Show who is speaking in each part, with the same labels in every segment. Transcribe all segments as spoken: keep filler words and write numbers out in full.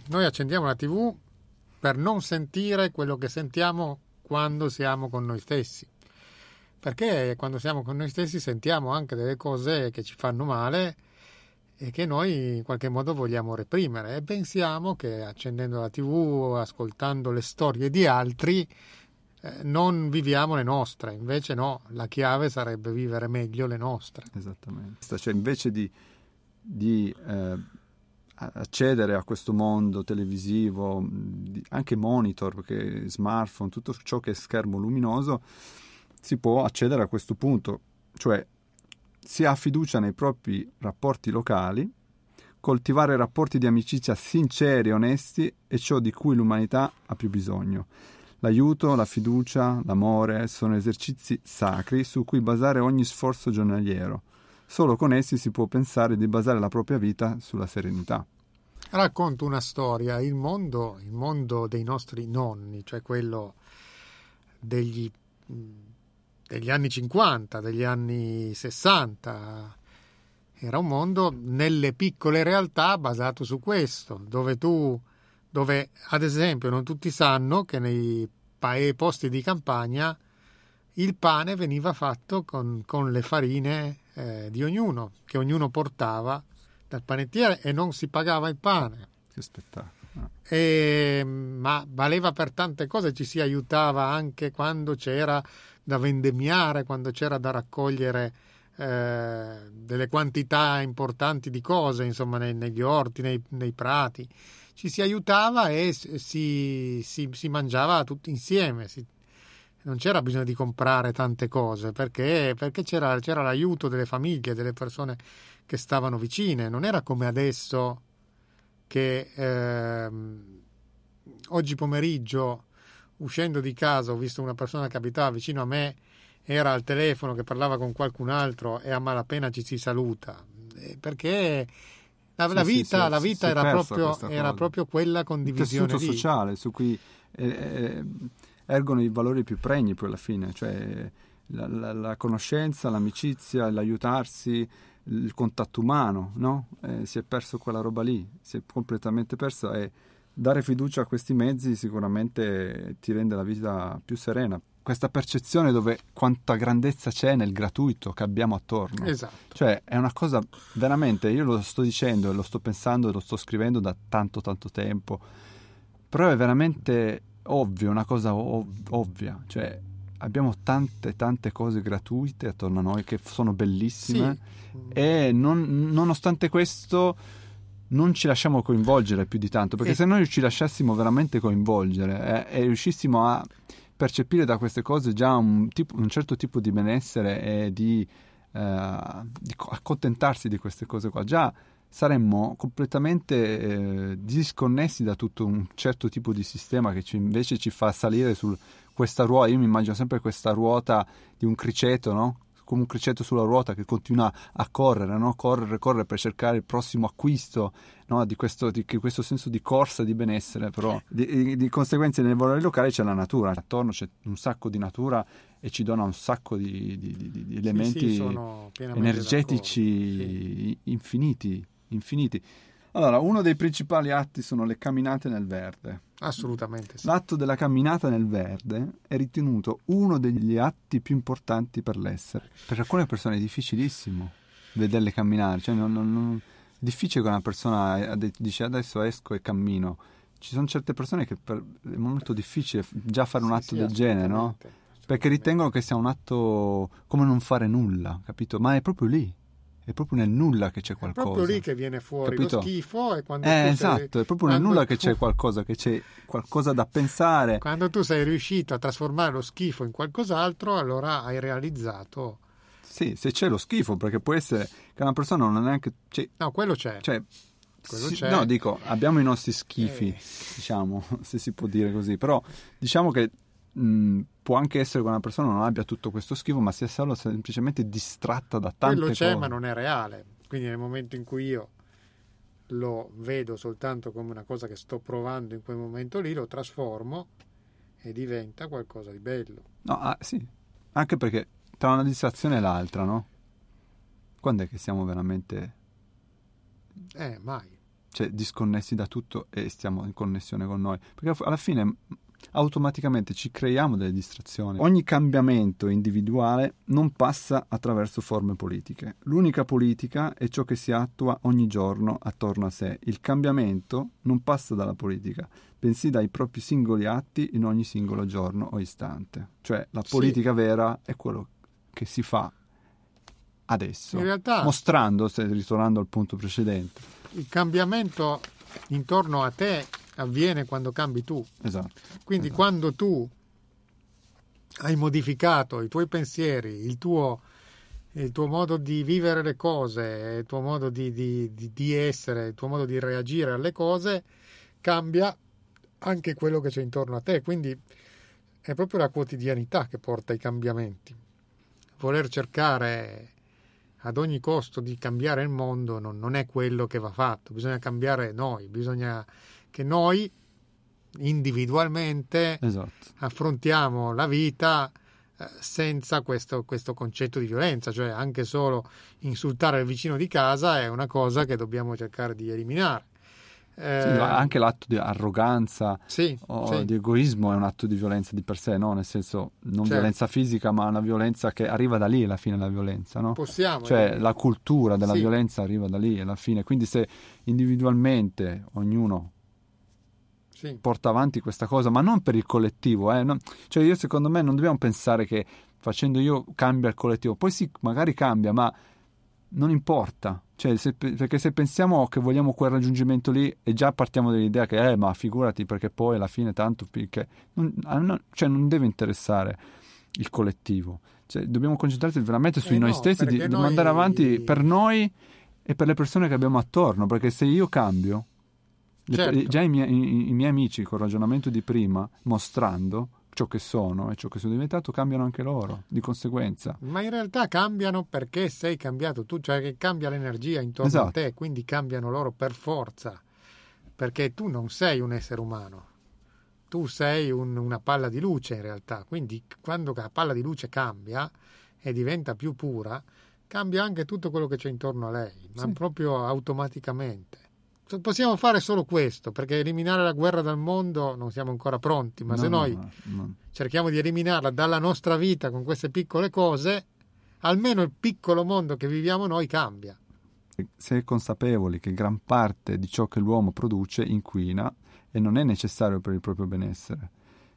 Speaker 1: Noi accendiamo la tivù per non sentire quello che sentiamo quando siamo con noi stessi, perché quando siamo con noi stessi sentiamo anche delle cose che ci fanno male e che noi in qualche modo vogliamo reprimere, e pensiamo che accendendo la tivù, ascoltando le storie di altri, eh, non viviamo le nostre. Invece no, la chiave sarebbe vivere meglio le nostre.
Speaker 2: Esattamente. Cioè, invece di, di eh, accedere a questo mondo televisivo, di, anche monitor, perché smartphone, tutto ciò che è schermo luminoso, si può accedere a questo punto, cioè si ha fiducia nei propri rapporti locali, coltivare rapporti di amicizia sinceri e onesti è ciò di cui l'umanità ha più bisogno. L'aiuto, la fiducia, l'amore sono esercizi sacri su cui basare ogni sforzo giornaliero. Solo con essi si può pensare di basare la propria vita sulla serenità.
Speaker 1: Racconto una storia. Il mondo, il mondo dei nostri nonni, cioè quello degli, degli anni cinquanta, degli anni sessanta, era un mondo nelle piccole realtà basato su questo, dove tu, dove ad esempio non tutti sanno che nei paesi, posti di campagna, il pane veniva fatto con, con le farine eh, di ognuno, che ognuno portava dal panettiere, e non si pagava il pane.
Speaker 2: Che spettacolo.
Speaker 1: E, ma valeva per tante cose, ci si aiutava anche quando c'era da vendemmiare, quando c'era da raccogliere eh, delle quantità importanti di cose, insomma, nei, negli orti, nei, nei prati. Ci si aiutava e si, si, si mangiava tutti insieme. Si, non c'era bisogno di comprare tante cose, perché, perché c'era, c'era l'aiuto delle famiglie, delle persone che stavano vicine. Non era come adesso, che eh, oggi pomeriggio, uscendo di casa, ho visto una persona che abitava vicino a me, era al telefono che parlava con qualcun altro e a malapena ci si saluta, perché la,
Speaker 2: sì,
Speaker 1: la
Speaker 2: sì,
Speaker 1: vita,
Speaker 2: sì,
Speaker 1: la
Speaker 2: si,
Speaker 1: vita
Speaker 2: si
Speaker 1: era, proprio, era proprio quella condivisione.
Speaker 2: Il tessuto
Speaker 1: lì.
Speaker 2: sociale su cui eh, eh, ergono i valori più pregni poi alla fine, cioè la, la, la conoscenza, l'amicizia, l'aiutarsi, il contatto umano, no? Eh, si è perso quella roba lì, si è completamente perso, e dare fiducia a questi mezzi sicuramente ti rende la vita più serena. Questa percezione dove quanta grandezza c'è nel gratuito che abbiamo attorno.
Speaker 1: Esatto.
Speaker 2: Cioè è una cosa veramente, io lo sto dicendo e lo sto pensando e lo sto scrivendo da tanto tanto tempo, però è veramente ovvio, una cosa ov- ovvia, cioè abbiamo tante tante cose gratuite attorno a noi che sono bellissime, sì. E non, nonostante questo non ci lasciamo coinvolgere più di tanto, perché e... se noi ci lasciassimo veramente coinvolgere eh, e riuscissimo a percepire da queste cose già un, tipo, un certo tipo di benessere e di, eh, di accontentarsi di queste cose qua, già saremmo completamente eh, disconnessi da tutto un certo tipo di sistema che ci, invece ci fa salire su questa ruota. Io mi immagino sempre questa ruota di un criceto, no? Come un criceto sulla ruota che continua a correre, no? Correre, correre per cercare il prossimo acquisto, no? Di questo, di questo senso di corsa, di benessere, però di, di, di conseguenza nei valori locali c'è la natura, attorno c'è un sacco di natura e ci dona un sacco di, di, di, di elementi
Speaker 1: sì, sì,
Speaker 2: energetici sì. infiniti, infiniti. Allora, uno dei principali atti sono le camminate nel verde.
Speaker 1: Assolutamente sì.
Speaker 2: L'atto della camminata nel verde è ritenuto uno degli atti più importanti per l'essere. Per alcune persone è difficilissimo vederle camminare, cioè non, non, non... è difficile che una persona dice adesso esco e cammino. Ci sono certe persone che per... è molto difficile già fare un
Speaker 1: sì,
Speaker 2: atto
Speaker 1: sì,
Speaker 2: del genere, no? Perché ritengono che sia un atto come non fare nulla, capito? Ma è proprio lì. È proprio nel nulla che c'è qualcosa.
Speaker 1: È proprio lì che viene fuori, capito? Lo schifo, e quando
Speaker 2: eh,
Speaker 1: tu
Speaker 2: esatto,
Speaker 1: sei,
Speaker 2: è proprio nel nulla
Speaker 1: tu,
Speaker 2: che c'è qualcosa, che c'è qualcosa da pensare.
Speaker 1: Quando tu sei riuscito a trasformare lo schifo in qualcos'altro, allora hai realizzato.
Speaker 2: Sì, se c'è lo schifo, perché può essere che una persona non è neanche... Cioè,
Speaker 1: no, quello c'è.
Speaker 2: Cioè,
Speaker 1: quello
Speaker 2: sì,
Speaker 1: c'è.
Speaker 2: No, dico, abbiamo i nostri schifi,
Speaker 1: eh.
Speaker 2: diciamo, se si può dire così, però diciamo che mh, può anche essere che una persona non abbia tutto questo schifo, ma sia solo semplicemente distratta da tante
Speaker 1: quello
Speaker 2: cose.
Speaker 1: Quello c'è, ma non è reale. Quindi nel momento in cui io lo vedo soltanto come una cosa che sto provando in quel momento lì, lo trasformo e diventa qualcosa di bello.
Speaker 2: No, ah, sì, anche perché tra una distrazione e l'altra, no? Quando è che siamo veramente...
Speaker 1: Eh, mai.
Speaker 2: cioè, disconnessi da tutto e stiamo in connessione con noi, perché alla fine automaticamente ci creiamo delle distrazioni. Ogni cambiamento individuale non passa attraverso forme politiche. L'unica politica è ciò che si attua ogni giorno attorno a sé. Il cambiamento non passa dalla politica, bensì dai propri singoli atti in ogni singolo giorno o istante. Cioè la politica sì. vera è quello che si fa adesso,
Speaker 1: in realtà,
Speaker 2: mostrando, se ritornando al punto precedente.
Speaker 1: Il cambiamento intorno a te avviene quando cambi tu.
Speaker 2: Esatto.
Speaker 1: Quindi
Speaker 2: esatto.
Speaker 1: quando tu hai modificato i tuoi pensieri, il tuo, il tuo modo di vivere le cose, il tuo modo di, di, di, di essere, il tuo modo di reagire alle cose, cambia anche quello che c'è intorno a te. Quindi è proprio la quotidianità che porta ai cambiamenti. Voler cercare ad ogni costo di cambiare il mondo non, non è quello che va fatto. Bisogna cambiare noi, bisogna che noi individualmente
Speaker 2: esatto.
Speaker 1: affrontiamo la vita eh, senza questo, questo concetto di violenza, cioè anche solo insultare il vicino di casa è una cosa che dobbiamo cercare di eliminare. Eh,
Speaker 2: sì, anche l'atto di arroganza
Speaker 1: sì,
Speaker 2: o
Speaker 1: sì.
Speaker 2: di egoismo è un atto di violenza di per sé, no? Nel senso, non
Speaker 1: certo.
Speaker 2: violenza fisica, ma una violenza che arriva da lì alla fine, la violenza, no?
Speaker 1: Possiamo,
Speaker 2: cioè
Speaker 1: eh.
Speaker 2: la cultura della
Speaker 1: sì.
Speaker 2: violenza arriva da lì alla fine, quindi se individualmente ognuno
Speaker 1: sì.
Speaker 2: porta avanti questa cosa, ma non per il collettivo, eh? non, cioè io secondo me non dobbiamo pensare che facendo io cambia il collettivo, poi sì, magari cambia, ma non importa, cioè se, perché se pensiamo che vogliamo quel raggiungimento lì e già partiamo dall'idea che eh ma figurati, perché poi alla fine tanto perché non, non, cioè non deve interessare il collettivo, cioè dobbiamo concentrarci veramente su
Speaker 1: eh
Speaker 2: noi
Speaker 1: no,
Speaker 2: stessi, di,
Speaker 1: noi...
Speaker 2: di mandare avanti per noi e per le persone che abbiamo attorno, perché se io cambio
Speaker 1: certo.
Speaker 2: le, già i miei, i, i miei amici col ragionamento di prima, mostrando ciò che sono e ciò che sono diventato, cambiano anche loro di conseguenza.
Speaker 1: Ma in realtà cambiano perché sei cambiato tu, cioè che cambia l'energia intorno
Speaker 2: esatto.
Speaker 1: a te, quindi cambiano loro per forza, perché tu non sei un essere umano, tu sei un, una palla di luce in realtà, quindi quando la palla di luce cambia e diventa più pura, cambia anche tutto quello che c'è intorno a lei, ma
Speaker 2: sì.
Speaker 1: proprio automaticamente. Possiamo fare solo questo, perché eliminare la guerra dal mondo non siamo ancora pronti, ma
Speaker 2: no,
Speaker 1: se noi
Speaker 2: no, no.
Speaker 1: cerchiamo di eliminarla dalla nostra vita con queste piccole cose, almeno il piccolo mondo che viviamo noi cambia.
Speaker 2: Si è consapevoli che gran parte di ciò che l'uomo produce inquina e non è necessario per il proprio benessere.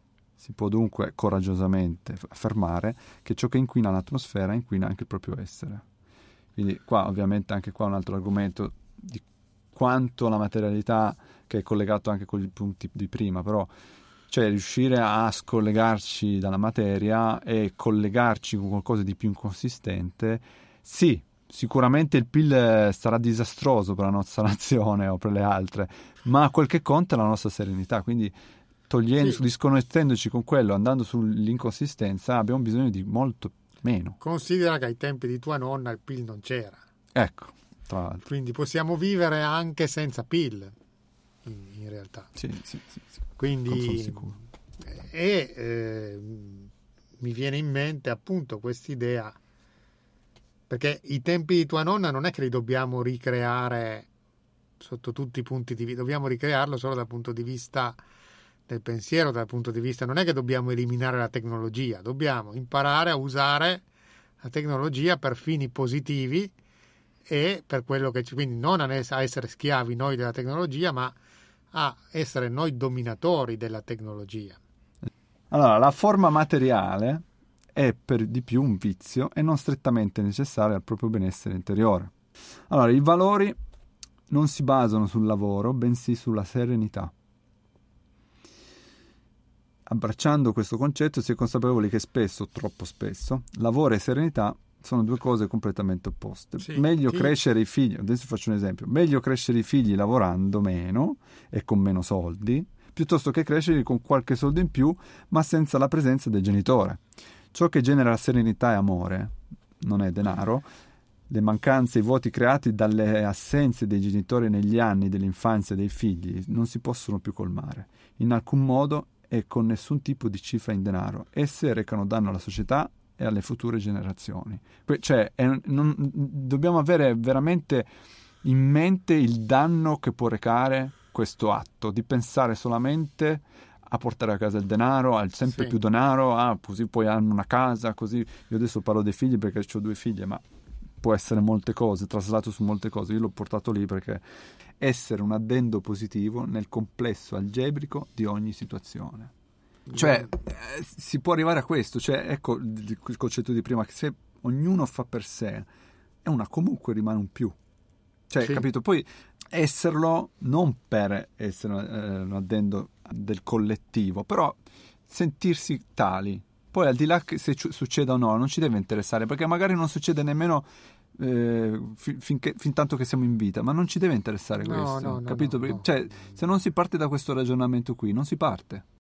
Speaker 2: Si può dunque coraggiosamente affermare che ciò che inquina l'atmosfera inquina anche il proprio essere. Quindi qua ovviamente anche qua un altro argomento di quanto la materialità, che è collegato anche con i punti di prima, però cioè riuscire a scollegarci dalla materia e collegarci con qualcosa di più inconsistente, sì, sicuramente il P I L sarà disastroso per la nostra nazione o per le altre, ma quel che conta è la nostra serenità, quindi togliendo, sì. disconnettendoci con quello, andando sull'inconsistenza, abbiamo bisogno di molto meno.
Speaker 1: Considera che ai tempi di tua nonna il P I L non c'era.
Speaker 2: Ecco. Tra l'altro.
Speaker 1: Quindi possiamo vivere anche senza P I L in, in realtà.
Speaker 2: Sì, sì, sì, sì.
Speaker 1: Quindi
Speaker 2: sono sicuro.
Speaker 1: E eh, mi viene in mente appunto quest'idea, perché i tempi di tua nonna non è che li dobbiamo ricreare sotto tutti i punti di vista, dobbiamo ricrearlo solo dal punto di vista del pensiero, dal punto di vista, non è che dobbiamo eliminare la tecnologia, dobbiamo imparare a usare la tecnologia per fini positivi e per quello che ci, quindi non a essere schiavi noi della tecnologia, ma a essere noi dominatori della tecnologia.
Speaker 2: Allora, la forma materiale è per di più un vizio e non strettamente necessaria al proprio benessere interiore. Allora, i valori non si basano sul lavoro, bensì sulla serenità. Abbracciando questo concetto si è consapevoli che spesso, troppo spesso, lavoro e serenità sono due cose completamente opposte.
Speaker 1: Sì,
Speaker 2: meglio
Speaker 1: sì.
Speaker 2: crescere i figli, adesso faccio un esempio, meglio crescere i figli lavorando meno e con meno soldi, piuttosto che crescerli con qualche soldo in più, ma senza la presenza del genitore. Ciò che genera serenità e amore non è denaro. Le mancanze, i vuoti creati dalle assenze dei genitori negli anni dell'infanzia dei figli non si possono più colmare, in alcun modo e con nessun tipo di cifra in denaro. Esse recano danno alla società e alle future generazioni. Cioè, è, non, dobbiamo avere veramente in mente il danno che può recare questo atto, di pensare solamente a portare a casa il denaro, al sempre
Speaker 1: Sì.
Speaker 2: più denaro, ah, così poi hanno una casa, così. Io adesso parlo dei figli perché ho due figlie, ma può essere molte cose, traslato su molte cose. Io l'ho portato lì perché essere un addendo positivo nel complesso algebrico di ogni situazione. Cioè, eh, si può arrivare a questo, cioè, ecco il, il concetto di prima, che se ognuno fa per sé, è una comunque rimane un più. Cioè,
Speaker 1: Sì.
Speaker 2: capito? Poi esserlo non per essere eh, un addendo del collettivo, però sentirsi tali. Poi al di là che se ci- succeda o no, non ci deve interessare, perché magari non succede nemmeno eh, fi- finché, fin tanto che siamo in vita, ma non ci deve interessare
Speaker 1: No,
Speaker 2: questo,
Speaker 1: no, no,
Speaker 2: capito?
Speaker 1: no,
Speaker 2: Perché-
Speaker 1: no.
Speaker 2: Cioè, se non si parte da questo ragionamento qui, non si parte.